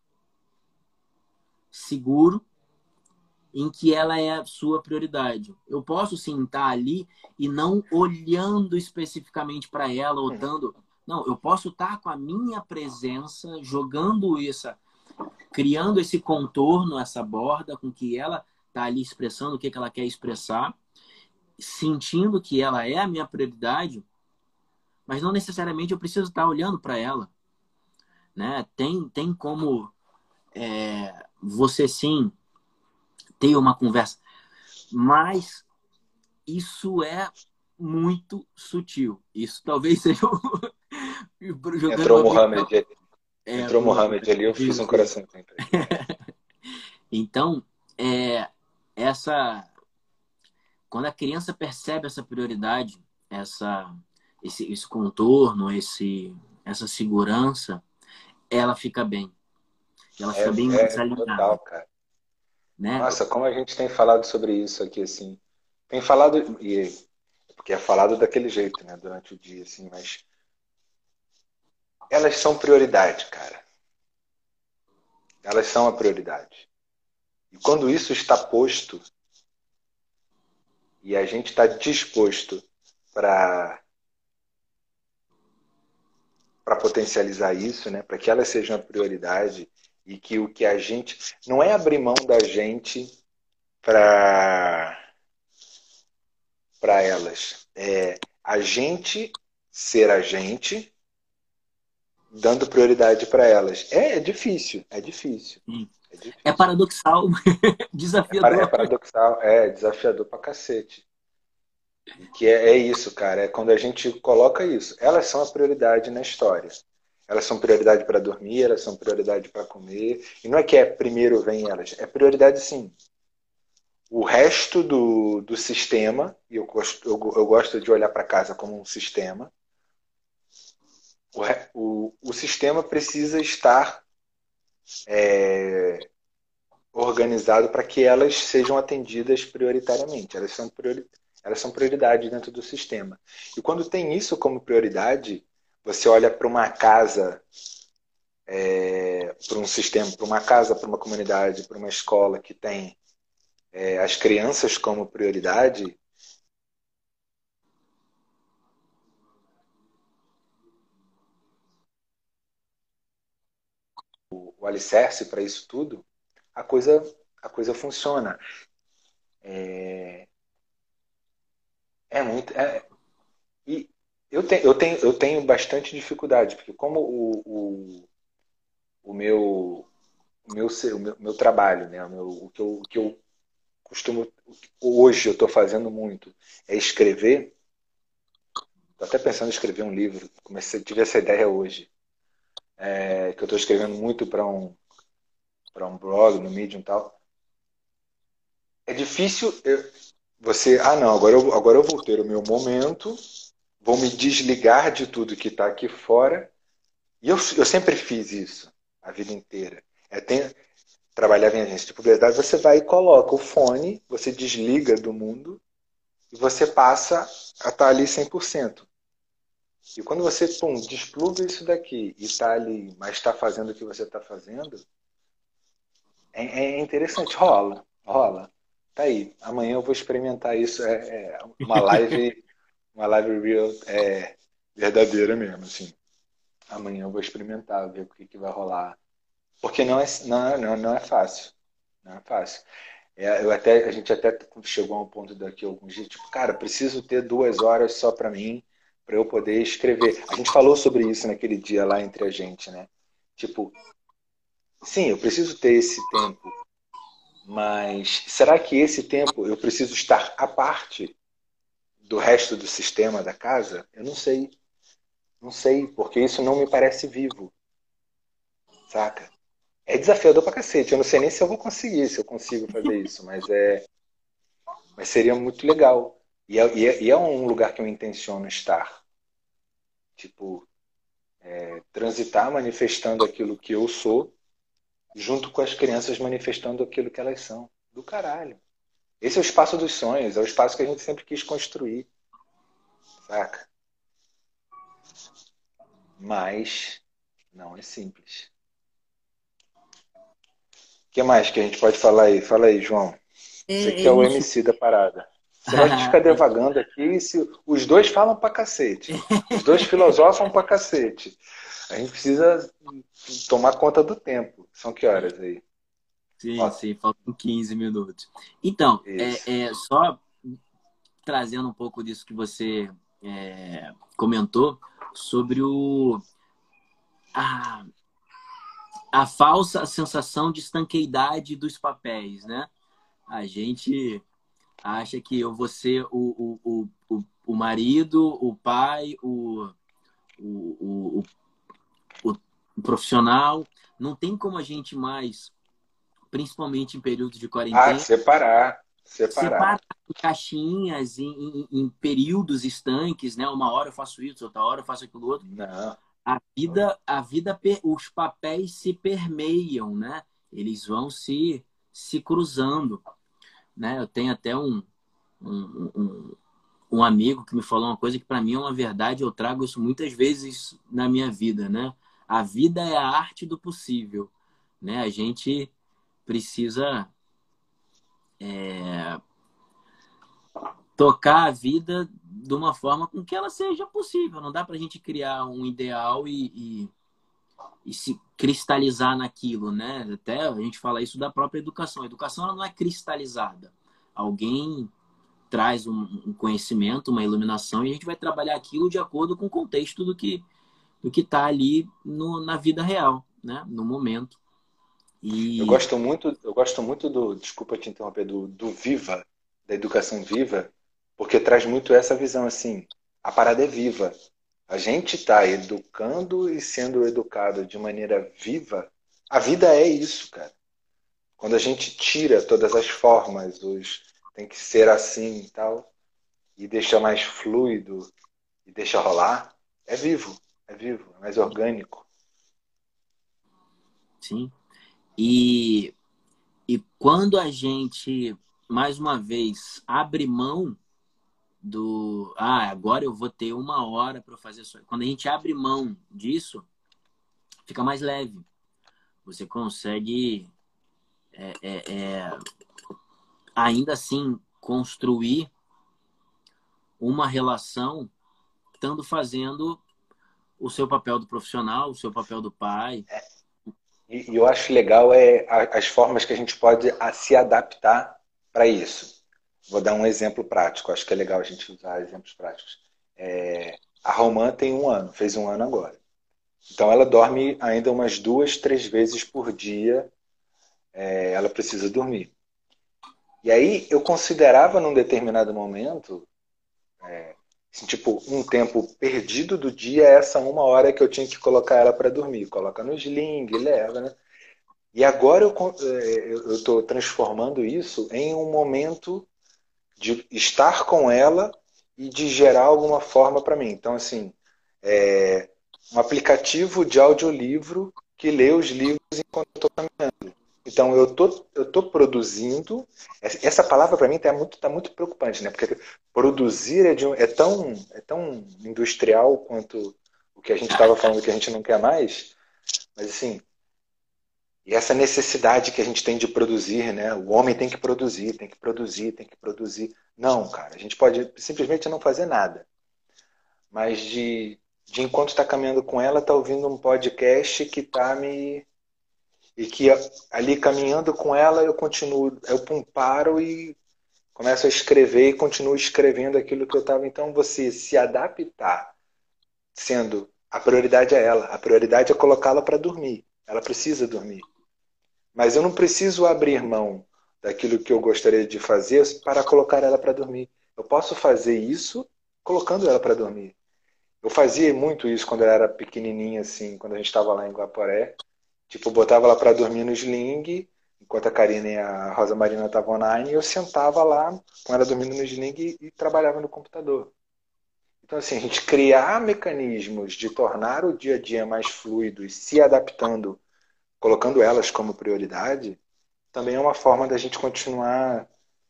seguro em que ela é a sua prioridade. Eu posso sim estar ali e não olhando especificamente para ela, ou dando... Não, eu posso estar com a minha presença, jogando isso, criando esse contorno, essa borda, com que ela está ali expressando o que ela quer expressar, sentindo que ela é a minha prioridade, mas não necessariamente eu preciso estar olhando para ela. Né? Tem como você sim ter uma conversa, mas isso é muito sutil. Isso talvez seja jogando Entrou o uma Mohamed, entrou o Mohamed ali, eu fiz um isso. coração para ele. Então, essa quando a criança percebe essa prioridade, esse contorno, essa segurança, ela fica bem. Ela fica bem mais Total, alinhada, cara. né? Nossa, como a gente tem falado sobre isso aqui, assim. Tem falado, porque é falado daquele jeito, né, durante o dia, assim, mas elas são prioridade, cara. Elas são a prioridade. E quando isso está posto, e a gente está disposto para potencializar isso, né, para que elas sejam a prioridade, e que o que a gente... Não é abrir mão da gente para elas. É a gente ser a gente, dando prioridade para elas. É difícil, é difícil. É É difícil. paradoxal, É desafiador. paradoxal, é desafiador pra cacete. E que é isso, cara. É quando a gente coloca isso. Elas são a prioridade na história. Elas são prioridade para dormir, elas são prioridade para comer. E não é que primeiro vem elas, é prioridade sim. O resto do sistema, e eu gosto de olhar para casa como um sistema, o sistema precisa estar organizado para que elas sejam atendidas prioritariamente. Elas são prioridade dentro do sistema. E quando tem isso como prioridade, você olha para uma casa, para um sistema, para uma casa, para uma comunidade, para uma escola que tem as crianças como prioridade, o alicerce para isso tudo, a coisa funciona. É muito. E eu tenho bastante dificuldade, porque como o meu, o meu trabalho, né? O que eu costumo. Hoje eu estou fazendo muito é escrever. Estou até pensando em escrever um livro. Tive essa ideia hoje. que eu estou escrevendo muito para um blog, no Medium e tal. É difícil você, não, agora eu vou ter o meu momento, vou me desligar de tudo que está aqui fora. E eu sempre fiz isso a vida inteira. Trabalhava em agência de publicidade, você vai e coloca o fone, você desliga do mundo e você passa a estar ali 100%. E quando você, despluga isso daqui e está ali, mas está fazendo o que você está fazendo, é interessante, rola. Tá aí. Amanhã eu vou experimentar isso. Uma live real verdadeira mesmo, assim. Amanhã eu vou experimentar, ver o que vai rolar. Porque não é fácil. Não é fácil. A gente até chegou a um ponto daqui alguns dias, tipo, cara, preciso ter 2 horas só para mim, para eu poder escrever. A gente falou sobre isso naquele dia lá entre a gente, né? Tipo, sim, eu preciso ter esse tempo, mas será que esse tempo eu preciso estar à parte do resto do sistema da casa? Eu não sei. Não sei, porque isso não me parece vivo, saca? É desafiador pra cacete. Eu não sei nem se eu vou conseguir, se eu consigo fazer isso, mas seria muito legal. E é um lugar que eu intenciono estar. Tipo, transitar manifestando aquilo que eu sou, junto com as crianças manifestando aquilo que elas são. Do caralho. Esse é o espaço dos sonhos, é o espaço que a gente sempre quis construir, saca? Mas não é simples. O que mais que a gente pode falar aí? Fala aí, João. Você que É, é a o gente. MC da parada. Senão a gente fica devagando aqui e os dois falam pra cacete. Os dois filosofam pra cacete. A gente precisa tomar conta do tempo. São que horas aí? Sim, Ó, sim, faltam 15 minutos. Então, isso. só trazendo um pouco disso que você comentou sobre a, a falsa sensação de estanqueidade dos papéis, né? A gente acha que eu vou ser o marido, o pai, o, o profissional. Não tem como a gente mais, principalmente em períodos de quarentena, Separar. separar Separar. caixinhas em períodos estanques, né? Uma hora eu faço isso, outra hora eu faço aquilo outro. Não. Os papéis se permeiam, né? Eles vão se cruzando, né? Eu tenho até um, um, um amigo que me falou uma coisa que para mim é uma verdade, eu trago isso muitas vezes na minha vida, né? A vida é a arte do possível, né? A gente precisa tocar a vida de uma forma com que ela seja possível. Não dá para a gente criar um ideal e se cristalizar naquilo, né? Até a gente fala isso da própria educação. A educação ela não é cristalizada. Alguém traz um conhecimento, uma iluminação, e a gente vai trabalhar aquilo de acordo com o contexto do que está ali na vida real, né? No momento. E Eu gosto muito desculpa te interromper, do Viva, da educação viva, porque traz muito essa visão assim, a parada é viva. A gente está educando e sendo educado de maneira viva. A vida é isso, cara. Quando a gente tira todas as formas, tem que ser assim e tal, e deixa mais fluido e deixa rolar, é vivo, é mais orgânico. sim. E, e quando a gente, mais uma vez, abre mão agora eu vou ter uma hora para fazer isso. Quando a gente abre mão disso, fica mais leve. Você consegue ainda assim construir uma relação estando fazendo o seu papel do profissional, o seu papel do pai. E eu acho legal as formas que a gente pode se adaptar para isso. Vou dar um exemplo prático, acho que é legal a gente usar exemplos práticos. A Romã tem 1 ano, fez 1 ano agora. Então ela dorme ainda umas 2, 3 vezes por dia, ela precisa dormir. E aí eu considerava num determinado momento Assim, tipo, um tempo perdido do dia é essa 1 hora que eu tinha que colocar ela para dormir. Coloca no sling, leva, né? E agora eu estou transformando isso em um momento de estar com ela e de gerar alguma forma para mim. Então, assim, um aplicativo de audiolivro que lê os livros enquanto eu estou caminhando. Então, eu tô produzindo. Essa palavra para mim tá muito preocupante, né? Porque produzir é tão industrial quanto o que a gente estava falando que a gente não quer mais. Mas, assim, e essa necessidade que a gente tem de produzir, né? O homem tem que produzir, tem que produzir, tem que produzir. Não, cara, a gente pode simplesmente não fazer nada. Mas de enquanto está caminhando com ela, tá ouvindo um podcast que tá me. E que ali caminhando com ela eu continuo, eu paro e começo a escrever e continuo escrevendo aquilo que eu estava. Então você se adaptar, sendo a prioridade é ela, a prioridade é colocá-la para dormir. Ela precisa dormir. Mas eu não preciso abrir mão daquilo que eu gostaria de fazer para colocar ela para dormir. Eu posso fazer isso colocando ela para dormir. Eu fazia muito isso quando ela era pequenininha, assim, quando a gente estava lá em Guaporé. Tipo, eu botava ela para dormir no sling, enquanto a Karina e a Rosa Marina estavam online, e eu sentava lá com ela dormindo no sling e trabalhava no computador. Então, assim, a gente criar mecanismos de tornar o dia a dia mais fluido e se adaptando, colocando elas como prioridade, também é uma forma da gente continuar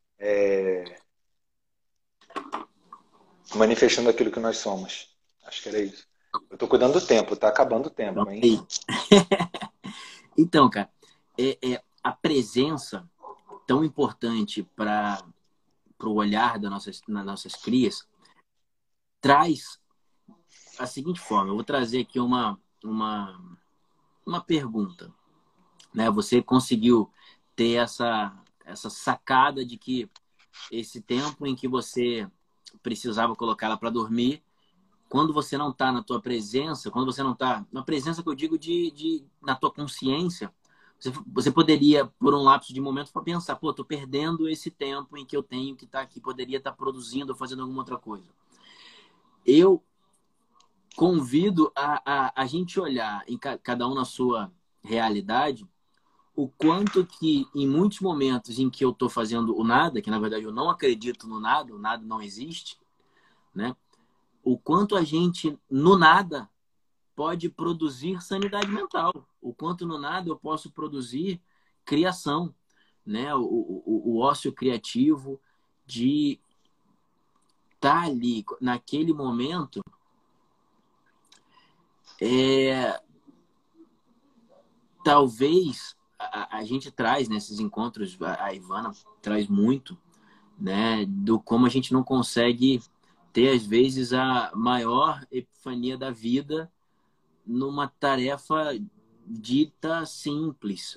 manifestando aquilo que nós somos. Acho que era isso. Eu estou cuidando do tempo, tá acabando o tempo, Pronto, hein? aí. Então, cara, a presença tão importante para o olhar nas nossas crias traz a seguinte forma. Eu vou trazer aqui uma pergunta, né? Você conseguiu ter essa sacada de que esse tempo em que você precisava colocá-la para dormir, quando você não está na tua presença, quando você não está na presença que eu digo na tua consciência, você poderia, por um lapso de momento, pensar, pô, tô perdendo esse tempo em que eu tenho que estar aqui, poderia estar produzindo ou fazendo alguma outra coisa. Eu convido a gente olhar em cada um na sua realidade, o quanto que em muitos momentos em que eu estou fazendo o nada, que na verdade eu não acredito no nada, o nada não existe, né? O quanto a gente, no nada, pode produzir sanidade mental. O quanto no nada eu posso produzir criação, né? O ócio criativo de estar ali naquele momento talvez a gente traz nesses encontros, a Ivana traz muito, né? Do como a gente não consegue ter, às vezes, a maior epifania da vida numa tarefa dita simples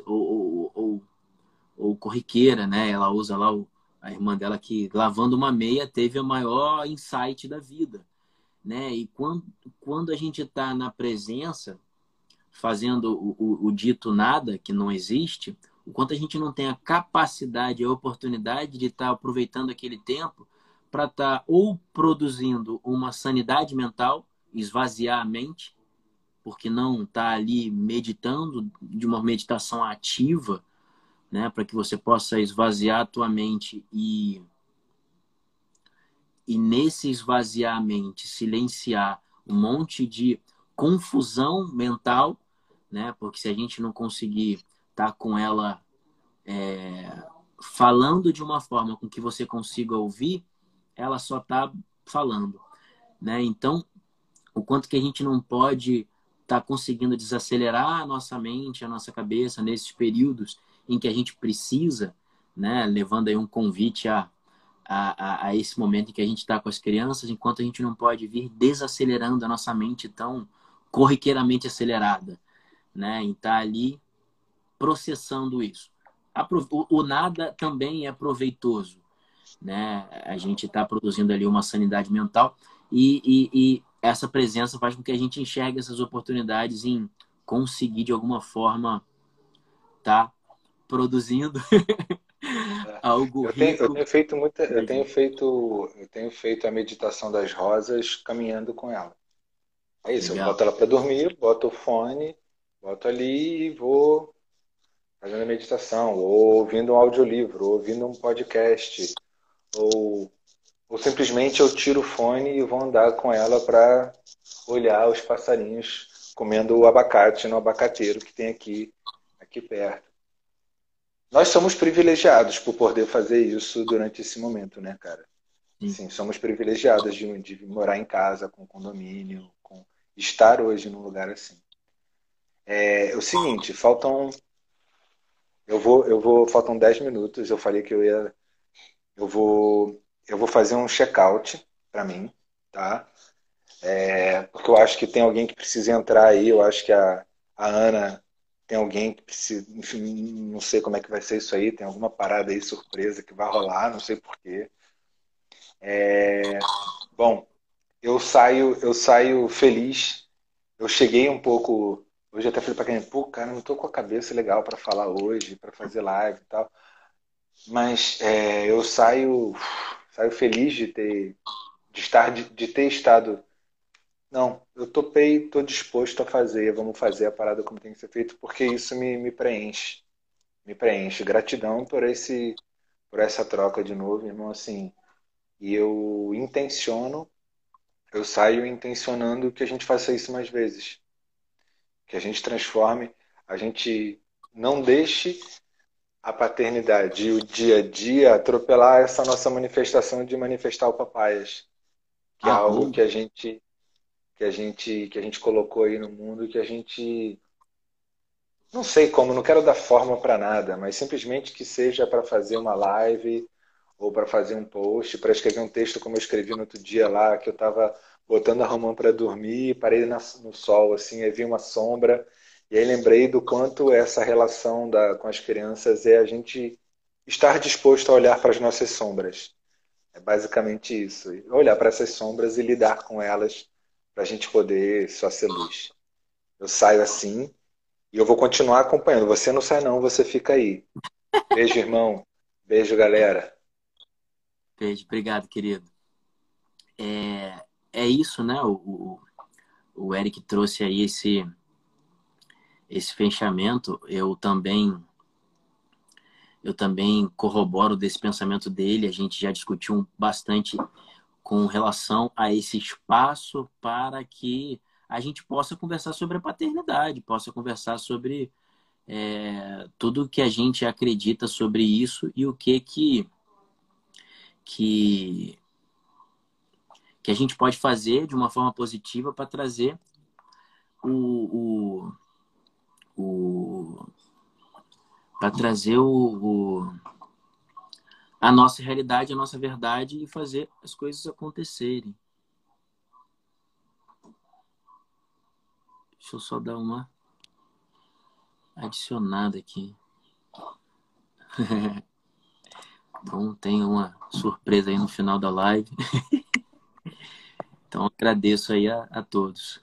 ou corriqueira, né? Ela usa lá a irmã dela que lavando uma meia teve o maior insight da vida, né? E quando a gente está na presença, fazendo o dito nada, que não existe, o quanto a gente não tem a capacidade, a oportunidade de estar aproveitando aquele tempo para estar ou produzindo uma sanidade mental, esvaziar a mente, porque não está ali meditando de uma meditação ativa, né, para que você possa esvaziar a tua mente e nesse esvaziar a mente, silenciar um monte de confusão mental, né, porque se a gente não conseguir estar com ela falando de uma forma com que você consiga ouvir, ela só está falando, né? Então, o quanto que a gente não pode estar conseguindo desacelerar a nossa mente, a nossa cabeça nesses períodos em que a gente precisa, né? Levando aí um convite a esse momento em que a gente está com as crianças, enquanto a gente não pode vir desacelerando a nossa mente tão corriqueiramente acelerada, né? E tá ali processando isso. O nada também é proveitoso, né? A gente está produzindo ali uma sanidade mental e essa presença faz com que a gente enxergue essas oportunidades em conseguir de alguma forma tá produzindo Algo Eu rico tenho feito muita, pra gente. eu tenho feito a meditação das rosas caminhando com ela. É isso, eu Legal. boto ela para dormir, boto o fone, boto ali e vou fazendo a meditação, ou ouvindo um audiolivro, ou ouvindo um podcast, ou, ou simplesmente eu tiro o fone e vou andar com ela para olhar os passarinhos comendo o abacate no abacateiro que tem aqui perto. Nós somos privilegiados por poder fazer isso durante esse momento, né, cara? Sim. Sim, somos privilegiados de morar em casa, com condomínio, com estar hoje num lugar assim. É o seguinte, faltam 10 minutos. Eu falei que eu vou, eu vou fazer um check-out para mim, tá? Porque eu acho que tem alguém que precisa entrar aí. Eu acho que a Ana tem alguém que precisa, enfim, não sei como é que vai ser isso aí. Tem alguma parada aí surpresa que vai rolar, não sei por quê. Bom, eu saio feliz. Eu cheguei um pouco. Hoje até falei pra quem, pô, cara, não tô com a cabeça legal para falar hoje, para fazer live e tal. Mas eu saio feliz de ter estado. Não, eu topei, tô disposto a fazer. Vamos fazer a parada como tem que ser feito, porque isso me preenche. Me preenche. Gratidão por essa troca de novo, irmão. Assim, e eu saio intencionando que a gente faça isso mais vezes. Que a gente transforme, a gente não deixe a paternidade e o dia a dia atropelar essa nossa manifestação de manifestar o papaias, que é algo Arroba. que a gente colocou aí no mundo, que a gente não sei como, não quero dar forma para nada, mas simplesmente que seja para fazer uma live ou para fazer um post, para escrever um texto como eu escrevi no outro dia lá, que eu estava botando a Romã para dormir, parei no sol, assim, aí vi uma sombra, e aí lembrei do quanto essa relação com as crianças é a gente estar disposto a olhar para as nossas sombras. É basicamente isso. Olhar para essas sombras e lidar com elas para a gente poder só ser luz. Eu saio assim e eu vou continuar acompanhando. Você não sai não, você fica aí. Beijo, irmão. Beijo, galera. Beijo. Obrigado, querido. É isso, né? O Eric trouxe aí esse fechamento. Eu também corroboro desse pensamento dele. A gente já discutiu bastante com relação a esse espaço para que a gente possa conversar sobre a paternidade, possa conversar sobre tudo que a gente acredita sobre isso e o que, que a gente pode fazer de uma forma positiva para trazer o, o para trazer a nossa realidade, a nossa verdade e fazer as coisas acontecerem. Deixa eu só dar uma adicionada aqui. Então tem uma surpresa aí no final da live. Então agradeço aí a todos.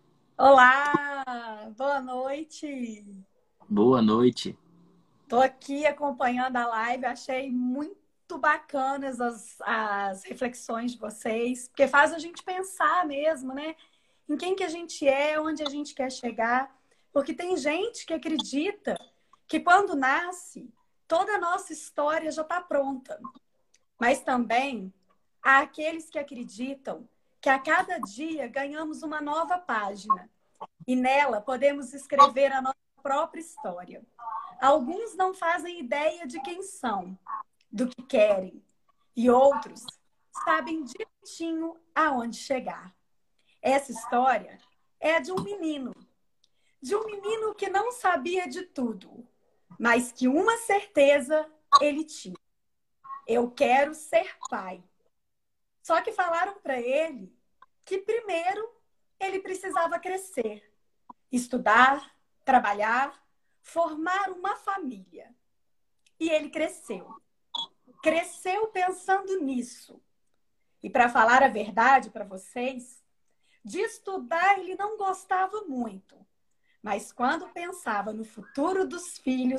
Olá, boa noite. Boa noite. Estou aqui acompanhando a live, achei muito bacanas as reflexões de vocês, porque faz a gente pensar mesmo, né? Em quem que a gente é, onde a gente quer chegar. Porque tem gente que acredita que quando nasce, toda a nossa história já está pronta. Mas também há aqueles que acreditam que a cada dia ganhamos uma nova página. E nela podemos escrever a nossa própria história. Alguns não fazem ideia de quem são, do que querem, e outros sabem direitinho aonde chegar. Essa história é de um menino que não sabia de tudo, mas que uma certeza ele tinha: eu quero ser pai. Só que falaram para ele que primeiro ele precisava crescer, estudar, trabalhar, formar uma família. E ele cresceu. Cresceu pensando nisso. E para falar a verdade para vocês, de estudar ele não gostava muito. Mas quando pensava no futuro dos filhos,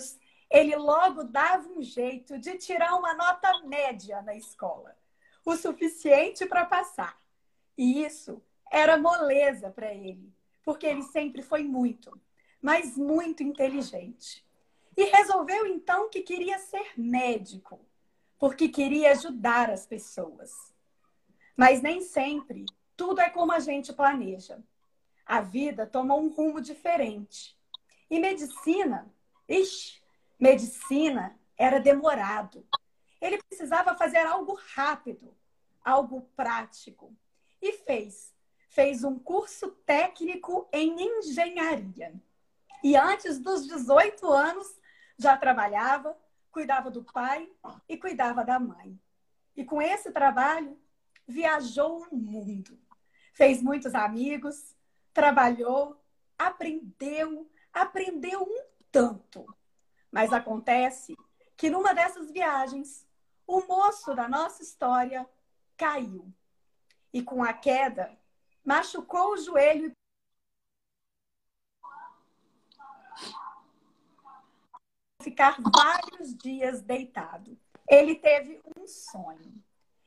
ele logo dava um jeito de tirar uma nota média na escola, o suficiente para passar. E isso era moleza para ele, porque ele sempre foi muito, mas muito inteligente. E resolveu então que queria ser médico, porque queria ajudar as pessoas. Mas nem sempre tudo é como a gente planeja. A vida tomou um rumo diferente. E medicina, medicina era demorado. Ele precisava fazer algo rápido, algo prático. E fez um curso técnico em engenharia. E antes dos 18 anos, já trabalhava, cuidava do pai e cuidava da mãe. E com esse trabalho, viajou o mundo. Fez muitos amigos, trabalhou, aprendeu um tanto. Mas acontece que numa dessas viagens, o moço da nossa história caiu. E com a queda, machucou o joelho e ficar vários dias deitado. Ele teve um sonho.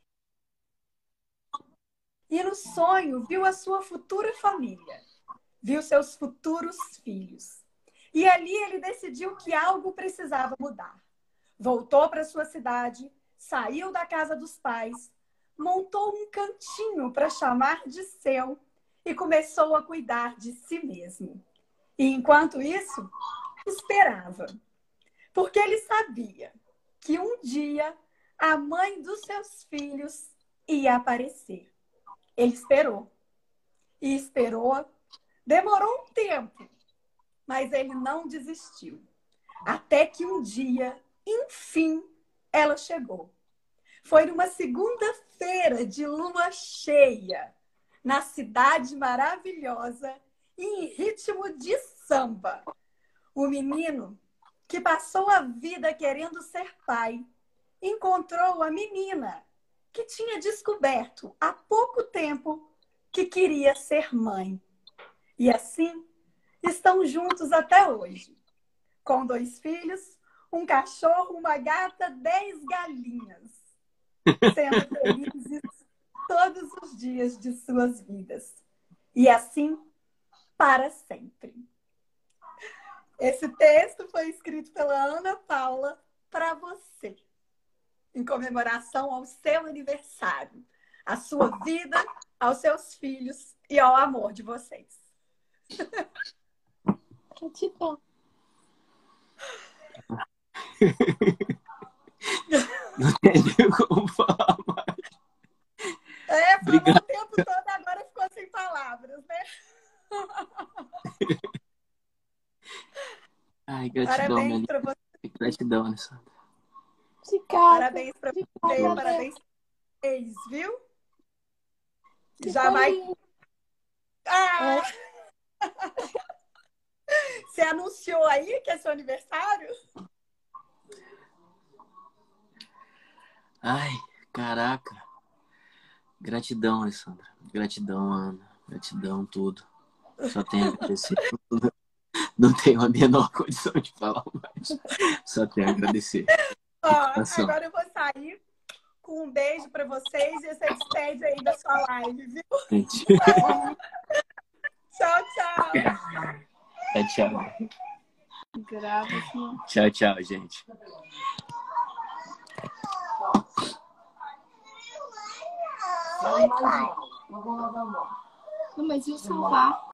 E no sonho viu a sua futura família, viu seus futuros filhos. E ali ele decidiu que algo precisava mudar. Voltou para sua cidade, saiu da casa dos pais, montou um cantinho para chamar de seu e começou a cuidar de si mesmo. E enquanto isso, esperava. Porque ele sabia que um dia a mãe dos seus filhos ia aparecer. Ele esperou. E esperou. Demorou um tempo, mas ele não desistiu. Até que um dia, enfim, ela chegou. Foi numa segunda-feira de lua cheia, na cidade maravilhosa e em ritmo de samba. O menino, que passou a vida querendo ser pai, encontrou a menina, que tinha descoberto há pouco tempo que queria ser mãe. E assim, estão juntos até hoje, com 2 filhos, um cachorro, uma gata, 10 galinhas, sendo felizes todos os dias de suas vidas. E assim, para sempre. Esse texto foi escrito pela Ana Paula para você, em comemoração ao seu aniversário, à sua vida, aos seus filhos e ao amor de vocês. Gratidão. Não tem nem como falar mais. Falou Obrigado. o tempo todo, agora ficou sem palavras, né? Ai, gratidão, Parabéns para você. Gratidão, Alessandra. Parabéns para você, parabéns para vocês, viu? Já vai. Ah! Você anunciou aí que é seu aniversário? Ai, caraca. Gratidão, Alessandra. Gratidão, Ana. Gratidão, tudo. Só tenho a agradecer. Não tenho a menor condição de falar mais. Só tenho a agradecer. Agora eu vou sair com um beijo para vocês e você despede aí da sua live, viu? Gente. Tchau, tchau. Tchau. Grava, assim. Tchau, tchau, gente. Não, mas e o celular?